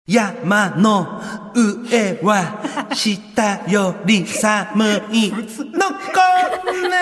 山の上は下より寒いのこね。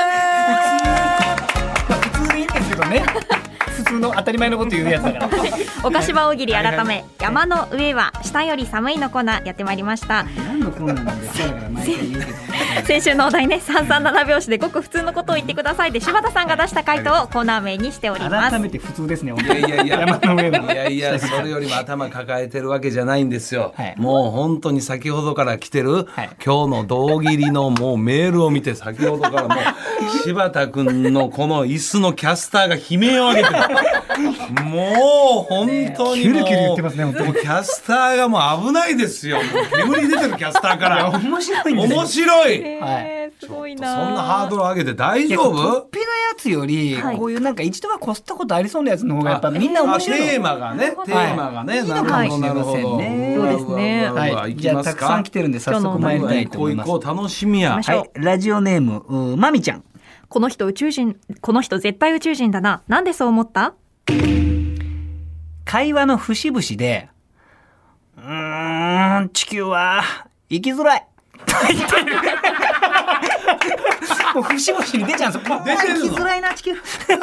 普通にいいんですけどね。普通の当たり前のこと言うやつだから。 おかしば大喜利改め、山の上は下より寒いのコーナーやってまいりました。 何のコーナーなんですか。だから毎回言うけど。 先週のお題ね、337拍子でごく普通のことを言ってくださいで柴田さんが出した回答をコーナー名にしております。 改めて普通ですね。 いやいやいや、 山の上は。 いやいや、それよりも頭抱えてるわけじゃないんですよ、 はい、 もう本当に先ほどから来てる、 はい、今日の胴切りのもうメールを見て、先ほどからもう柴田君のこの椅子のキャスターが悲鳴を上げてるもう本当にもう、 キュルキュル言ってますね。もうキャスターがもう危ないですよ。もう煙出てるキャスターから面白いんですよ。 面白い、 すごいな。 そんなハードル上げて大丈夫？ 突飛なやつより、はい、こういうなんか一度はこすったことありそうなやつの方がやっぱみんな面白い。 テーマがね、なるほどなるほど。 そうですね。 はい、じゃあたくさん来てるんで早速参りたいと思います。 こう楽しみや。 はい、ラジオネームまみちゃん。 この人絶対宇宙人だな。なんでそう思った？ 会話の節々で地球は生きづらいもう節々に出ちゃうんですよ。 出てるの。 生きづらいな地球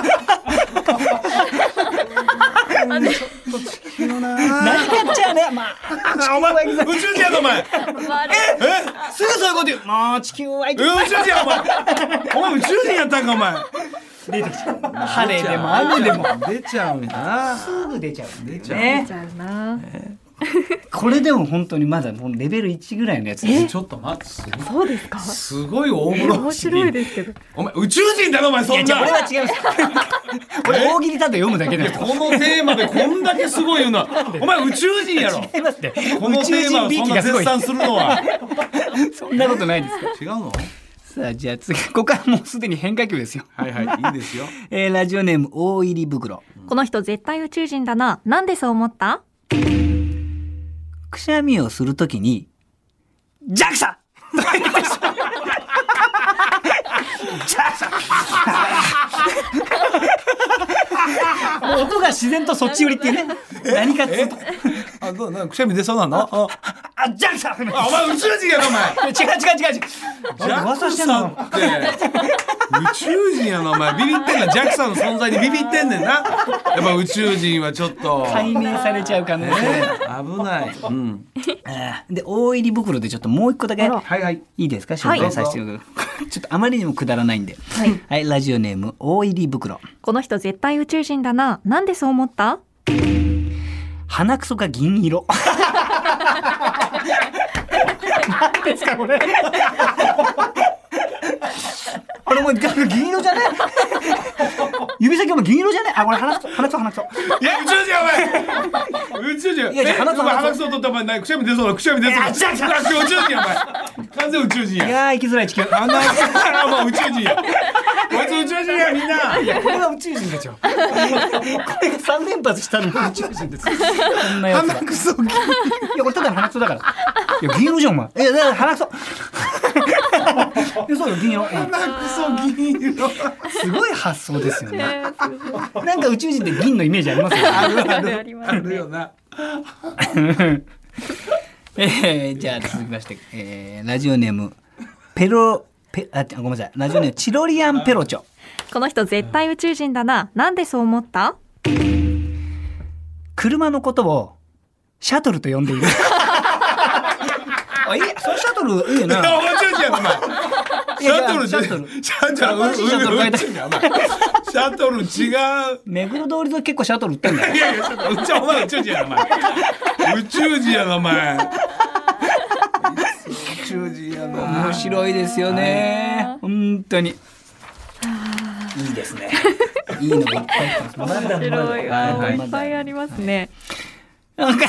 何やっちゃうね。まあお前宇宙人やぞお前。 すぐそういうこと言う。もう地球は生きづらい。 宇宙人やお前宇宙人やったんかお前。 出てきちゃう。晴れでも雨でも出ちゃうんやな。 すぐ出ちゃう。 出ちゃうな。 これでも本当にまだもうレベル1ぐらいのやつです。 ちょっと待って。 そうですか。 すごい大風呂。 面白いですけど。 お前宇宙人だろお前。そんな。 いや俺は違います。俺大喜利ただ読むだけで。 このテーマでこんだけすごい言うのはお前宇宙人やろ。 違いますって。 このテーマをそんな絶賛するのはそんなことないですか。 違うの？ さあじゃあ次、ここからもうすでに変化球ですよ。 はいはい、いいですよ。 ラジオネーム大入り袋。 この人絶対宇宙人だな。なんでそう思った？ くしゃみをするときにジャクサもう音が自然とそっち寄りっていうね。何かっつうとどうなくしゃみ出そうなの？ ジャクサお前宇宙人やろお前。 違うジャクサって宇宙人やなお前。ビビってんな。ジャクサの存在にビビってんねんな。やっぱ宇宙人はちょっと解明されちゃう可能性、 危ない、うん、 で大入り袋でちょっともう一個だけ、 はいはい、 いいですか紹介させて、はい、ちょっとあまりにもくだらないんで、はいはい、ラジオネーム大入り袋。 この人絶対宇宙人だな。なんでそう思った？ 鼻くそが銀色。何ですかこれ。あれもう銀色じゃね？指先も銀色じゃね？あこれ鼻くそ。いや宇宙人やお前。宇宙人。 いや鼻くそ取ったお前ない。くしゃみ出そうな。くしゃみ出そうな。宇宙人やお前。完全宇宙人や。 いや生きづらい地球。 もう宇宙人や。こいつ宇宙人やみんな。 いやこれは宇宙人ですよ。これが3連発したのも宇宙人です。こんなやつ。 鼻くそ銀。いやこれただの鼻くそだから。いや銀色じゃんお前。いやだから鼻くそ。そうよ銀色。 鼻くそ銀色。 すごい発想ですよね。なんか宇宙人って銀のイメージありますよね。 あるよな。 じゃあ続きまして、ラジオネームごめんなさい。ラジオネームチロリアンペロチョ。 この人絶対宇宙人だな。なんでそう思った？ 車のことをシャトルと呼んでいる。それシャトルいいよな。 宇宙人やお前。シャトル違う。 目黒通りで結構シャトル売ってんだよ。 いやお前宇宙人やお前。宇宙人やなお前。宇宙人やな。 面白いですよね。本当に。いいですね。いいのがいっぱいあります。 面白い。いっぱいありますね。 なんか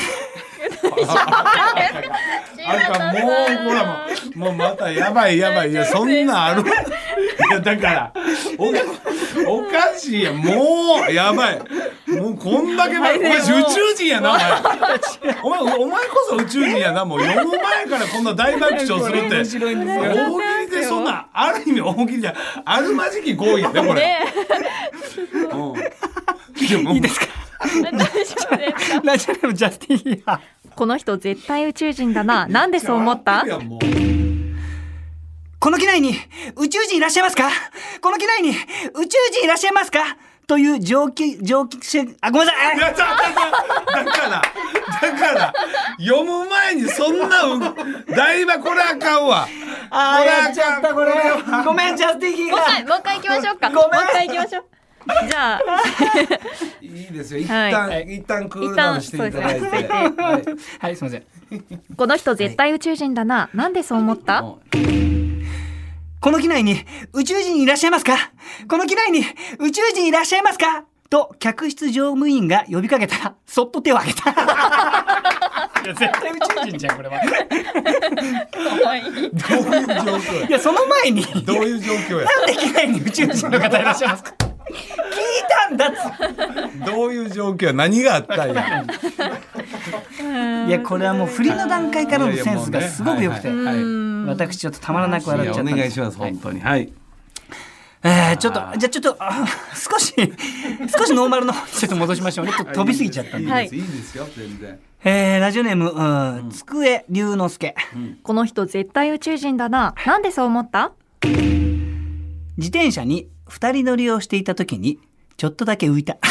もうほらもうまたやばいいやそんなある。いやだからおかしいやもうやばいもうこんだけお前宇宙人やなお前こそ宇宙人やな。もう読む前からこんな大爆笑するって面白いんですよ。 大喜利でそんなある意味大喜利じゃあるまじき行為やねこれ。 いいですか。 ラジオネームジャスティンヒーハー。 この人絶対宇宙人だな。なんでそう思った？ いやもうこの機内に宇宙人いらっしゃいますか？この機内に宇宙人いらっしゃいますか？というごめんなさい。 いやだから読む前にそんなだいぶこれあかんわ。 やっちゃったこれ。ごめんジャスティンヒーハー。 もう一回行きましょうか。もう一回行きましょう。じゃあいいですよ。 はい一旦クールダウンしていただいて。 一旦はい、すみません。 この人絶対宇宙人だな。なんでそう思った？ この機内に宇宙人いらっしゃいますか？この機内に宇宙人いらっしゃいますか？と客室乗務員が呼びかけたらそっと手を挙げた。いや絶対宇宙人じゃんこれは。 可愛い。 どういう状況いやその前にどういう状況や。 なんで機内に宇宙人の方いらっしゃいますか？聞いたんだっつ。 どういう状況や。何があったんや。 いやこれはもう振りの段階からのセンスがすごく良くて、私ちょっとたまらなく笑っちゃったんです。 お願いします本当に。はい。 ちょっと少しノーマルのちょっと戻しましょうね。ちょっと飛びすぎちゃったんで。 いいですよ全然。 ラジオネーム机龍之介。 この人絶対宇宙人だな。なんでそう思った？ 自転車に2人乗りをしていた時にちょっとだけ浮いた。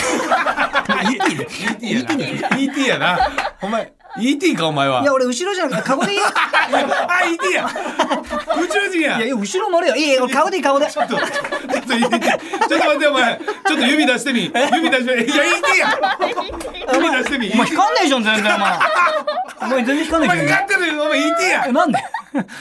ET やな。お前 ET かお前は。 いや俺後ろじゃなくてカゴでいい。 あ ET や。宇宙人や。 いや後ろ乗れよ。いい俺顔でいい顔で。 ちょっと待ってお前。ちょっと指出してみ。指出してみ。いや ET や。指出してみ。 お前光んないじゃん全然お前。お前全然光んないじゃん。 お前光ってるよお前 ET や。 なんで？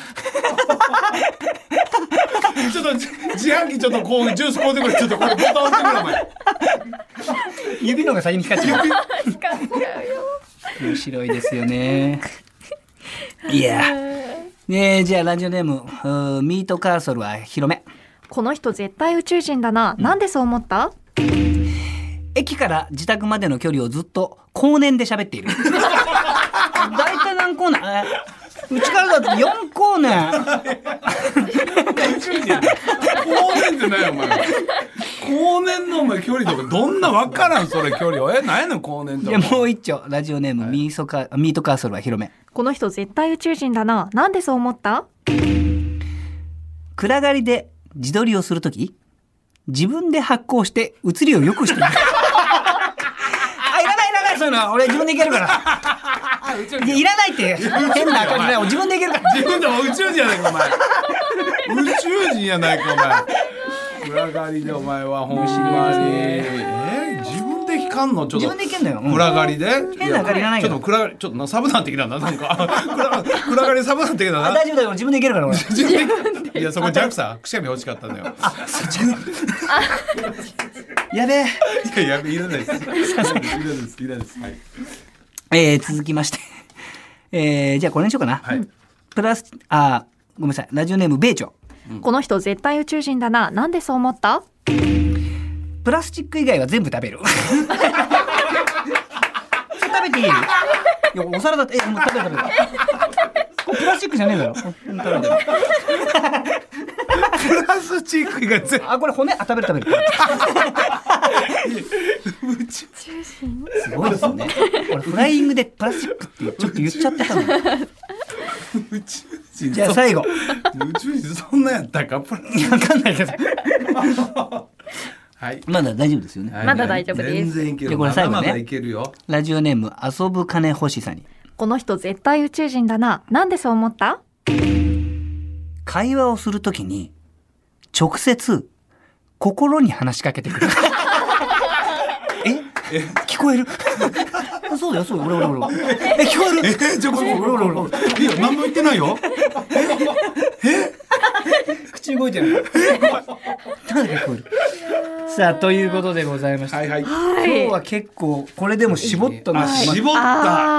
ちょっと自販機ちょっとこうジュース買うてくれ。ちょっとこれボタン押してくれお前。 指のが先に光っちゃう。 光っちゃうよ。 面白いですよね。いや。じゃあラジオネームミートカーソルは広め。 この人絶対宇宙人だな。なんでそう思った？ 駅から自宅までの距離をずっと後年で喋っている。大体何光年？うちからだって4光年。 宇宙人や。後年って何やお前。後年のお前距離とかどんなわからんそれ距離。何やねん後年とか。 いやもう一丁ラジオネーム、ミートカーソルは広め。 この人絶対宇宙人だな。なんでそう思った？ 暗がりで自撮りをするとき自分で発光して写りを良くしている。いらないそういうのは俺自分でいけるから。いらないって変な感じだよ。自分でいけるから。 自分でも宇宙人やないかお前。宇宙人やないかお前。暗がりでお前はほんまに。自分で光んのちょっと。 自分でいけんのよ。 暗がりで。 変な明かりいらないから。 ちょっと暗がりちょっとサブなんてきたななんか。暗がりサブなんてきたな。 大丈夫だよ自分でいけるから俺。 いやそこジャクさくしゃみ欲しかったんだよ。 やべえ。 いやいらないです。いらないです。はい。 続きまして、じゃあこれにしようかな。 はい。 ごめんなさいラジオネーム米朝。 この人絶対宇宙人だな。なんでそう思った？ プラスチック以外は全部食べる。食べていい？いやお皿だってもう食べる。これプラスチックじゃねえだろ。食べてる。 プラスチックが全部。 これ骨食べる。 宇宙人。 すごいですよね。俺フライングでプラスチックってちょっと言っちゃってたの。 宇宙人。 じゃあ最後。 宇宙人そんなやったか。分かんないけど。 はい。 まだ大丈夫ですよね。 まだ大丈夫です。 全然いける。 これ最後ね。 まだいけるよ。 ラジオネーム遊ぶ金欲しさに。 この人絶対宇宙人だな。なんでそう思った？ 会話をするときに直接心に話しかけてくる。聞こえる？そうだよそうだよ俺。聞こえる？ ちょこ俺。いや何も言ってないよ。 口動いてる。なんで聞こえる？さあということでございました。 はい。 今日は結構これでも絞ったの。 絞った。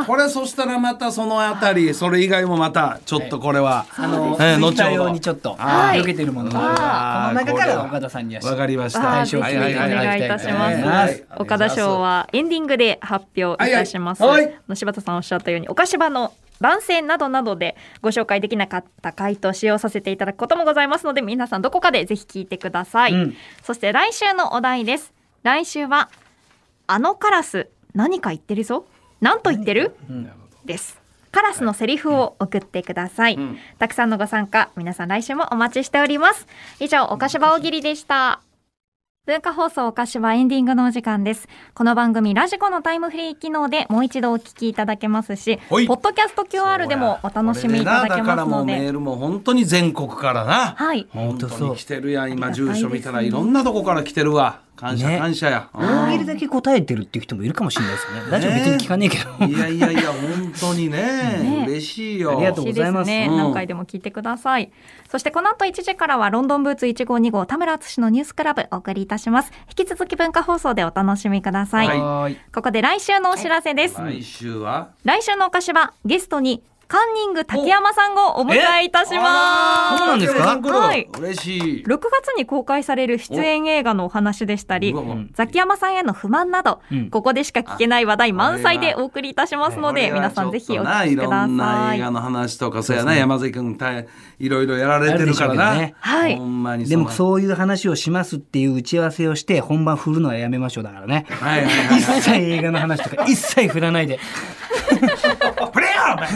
これそしたらまたそのあたりそれ以外もまたちょっとこれは後ほど用にちょっと避けてるものがこの中から岡田さんにはわかりました。 ぜひお願いいたします。岡田賞はエンディングで発表いたします。柴田さんおっしゃったようにお菓子場の番宣などなどでご紹介できなかった回答を使用させていただくこともございますので皆さんどこかでぜひ聞いてください。そして来週のお題です。来週はあのカラス何か言ってるぞ、何と言ってる、です。カラスのセリフを送ってください、たくさんのご参加、皆さん来週もお待ちしております。以上、おかしば大喜利でした。文化放送おかしばエンディングのお時間です。この番組ラジコのタイムフリー機能でもう一度お聞きいただけますし、ポッドキャスト QR でもお楽しみいただけますので、 だからもうメールも本当に全国からな、 はい、 本当に来てるやん。今住所見たらいろんなとこから来てるわ。感謝、感謝や。 大喜利だけ答えてるっていう人もいるかもしれないですよね。ラジオ別に聞かねえけど、 いやいやいや本当にね嬉しいよ。 ありがとうございます。 何回でも聞いてください。そしてこの後1時からはロンドンブーツ1号2号田村敦のニュースクラブお送りいたします。引き続き文化放送でお楽しみください。ここで来週のお知らせです。 来週のおかしば、ゲストにカンニング竹山さんをお迎えいたします。 そうなんですか？ はい。 嬉しい。 6月に公開される出演映画のお話でしたり、ザキヤマさんへの不満など、ここでしか聞けない話題満載でお送りいたしますので、皆さんぜひお聞きください。 いろんな映画の話とか、そうやな、山崎君いろいろやられてるからな。 はい。 ほんまにでもそういう話をしますっていう打ち合わせをして本番振るのはやめましょう。だからね。 はいはい一切映画の話とか一切振らないで。 プレーよ。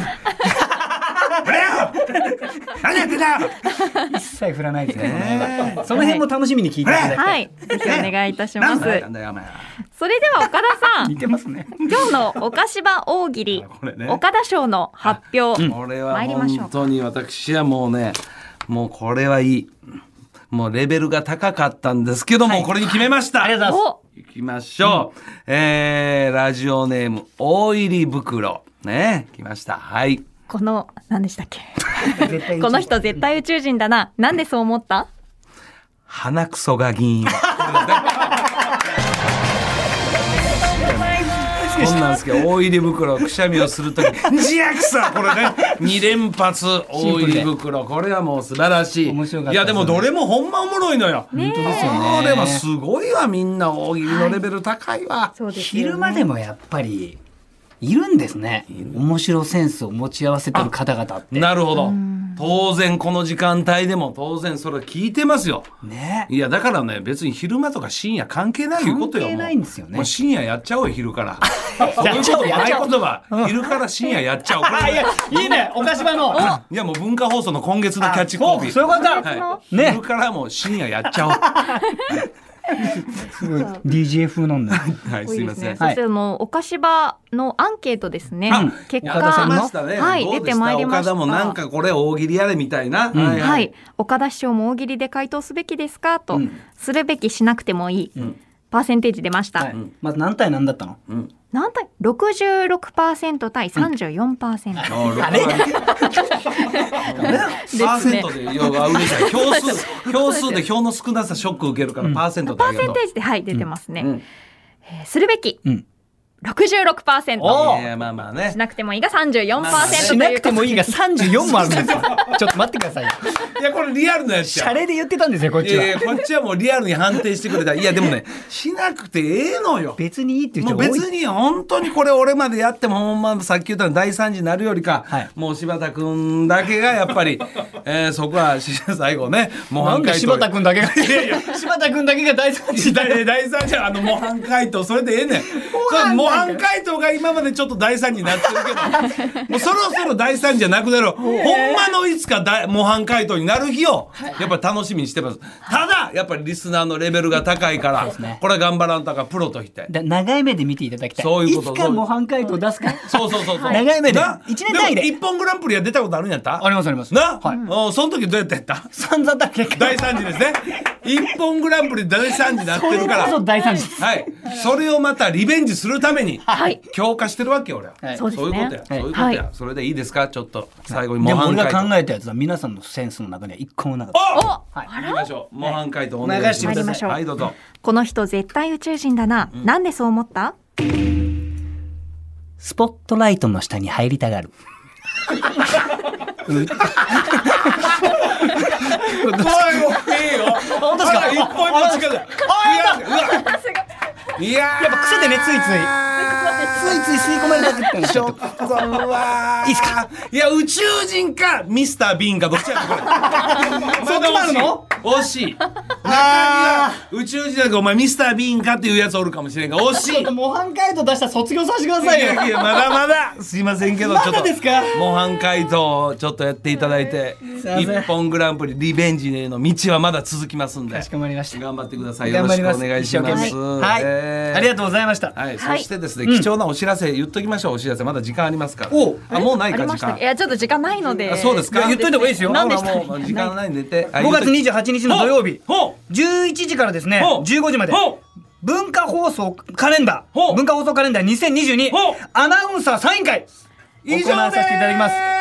何やってんだよ。 一切振らないですね。その辺も楽しみに聞いていただきたい。 はい。ぜひお願いいたします。それでは岡田さん。 似てますね。 今日のおかしば大喜利、岡田賞の発表。 これは本当に私はもうね、もうこれはいい。もうレベルが高かったんですけども、これに決めました。 ありがとうございます。 行きましょう。ラジオネーム大入り袋ね、来ました。はい。 この何でしたっけこの人絶対宇宙人だな。なんでそう思った？ 鼻くそが銀色。こんなんですけど、大入り袋くしゃみをするときジャクサこれね2連発大入り袋、これはもう素晴らしい。 面白かった。 いやでもどれもほんまおもろいのよ。 本当ですよね。 これはすごいわ、みんな大喜利のレベル高いわ。 そうですよね。 昼間でもやっぱりいるんですね。面白センスを持ち合わせてる方々って。 なるほど。当然この時間帯でも当然それ聞いてますよ。 ね。 いやだからね、別に昼間とか深夜関係ないいうことよ。 関係ないんですよね。 もう深夜やっちゃおうよ、昼から。そういうことないことは昼から深夜やっちゃおう。 いやいいね、おかしばの。 いやもう文化放送の今月のキャッチコピー。 そういうことだ。 はい。 ね。 昼からもう深夜やっちゃおう。 すごい DJ 風なんだ。 はい、すいません。 そしておかしばのアンケートですね。結果はい出てまいりました。 岡田もなんかこれ大喜利やれみたいな。 はい。岡田師匠も大喜利で回答すべきですかと、するべきしなくてもいい。パーセンテージ出ました。 まず何対何だったの？ 何対 66% 対 34%。 あれ？ パーセントで要はうるさい。票数で票の少なさショック受けるからパーセントでパーセンテージではい出てますね。するべき 66%。 いやまあまあね。 しなくてもいいが 34%。 しなくてもいいが34もあるんですよ。ちょっと待ってくださいよ。 いやこれリアルなやつシャレで言ってたんですよこっちは。 こっちはもうリアルに判定してくれた。いやでもね、しなくてええのよ。 別にいいっていう人もう別に本当にこれ俺までやってもほんまさっき言ったの大惨事になるよりか、もう柴田君だけがやっぱりそこは最後ね、模範解答。なんで柴田君だけが柴田君だけが大惨事大惨事模範解答それでええねん。模範解答が今までちょっと大惨事になってるけどもうそろそろ大惨事じゃなくなる。ほんまのいつか模範解答になる日をやっぱり楽しみにしてます。ただやっぱりリスナーのレベルが高いから、これは頑張らんとかプロとして長い目で見ていただきたい。 そういうこと。 いつか模範解答出すか。 そう長い目で1年単位で。 一本グランプリは出たことあるんやった？ ありますあります。 な、その時どうやってやった？ 散々だけ大惨事ですね。一本グランプリ大惨事になってるから。 それこそ大惨事です。 はい。それをまたリベンジするために強化してるわけよ俺は。 そういうことや。そういうことや。それでいいですか？ちょっと最後に模範解答。 でも俺が考えたやつは皆さんのセンスの中には一個もなかった。 はい。行きましょう。模範解答お願いします。はい、どうぞ。 この人絶対宇宙人だな。なんでそう思った？ スポットライトの下に入りたがる。 いいよ。本当ですか？一歩一歩近づいて。いややっぱ癖でね、ついつい吸い込まれたくってちょっといいっすか？いや宇宙人かミスター・ビーンかどっちやねんこれ。 そっちもあるの？ 惜しい。中には宇宙人だからお前ミスター・ビーンかっていうやつおるかもしれんが惜しい。 ちょっと模範解答出したら卒業させてくださいよ。 いやまだまだすいませんけど、ちょっとですか。 模範解答をちょっとやっていただいて、一本グランプリリベンジへの道はまだ続きますんで、 かしこまりました。 頑張ってください。よろしくお願いします。 はい、ありがとうございました。 はい、そしてですね、貴重なお知らせ言っときましょう。お知らせまだ時間ありますから。もうないか時間。 いやちょっと時間ないので。 そうですか。 言っといた方がいいですよ。 何でしたもう時間ないんでて。 5月28日の土曜日11時からですね、15時まで文化放送カレンダー2022アナウンサーサイン会行わさせていただきます。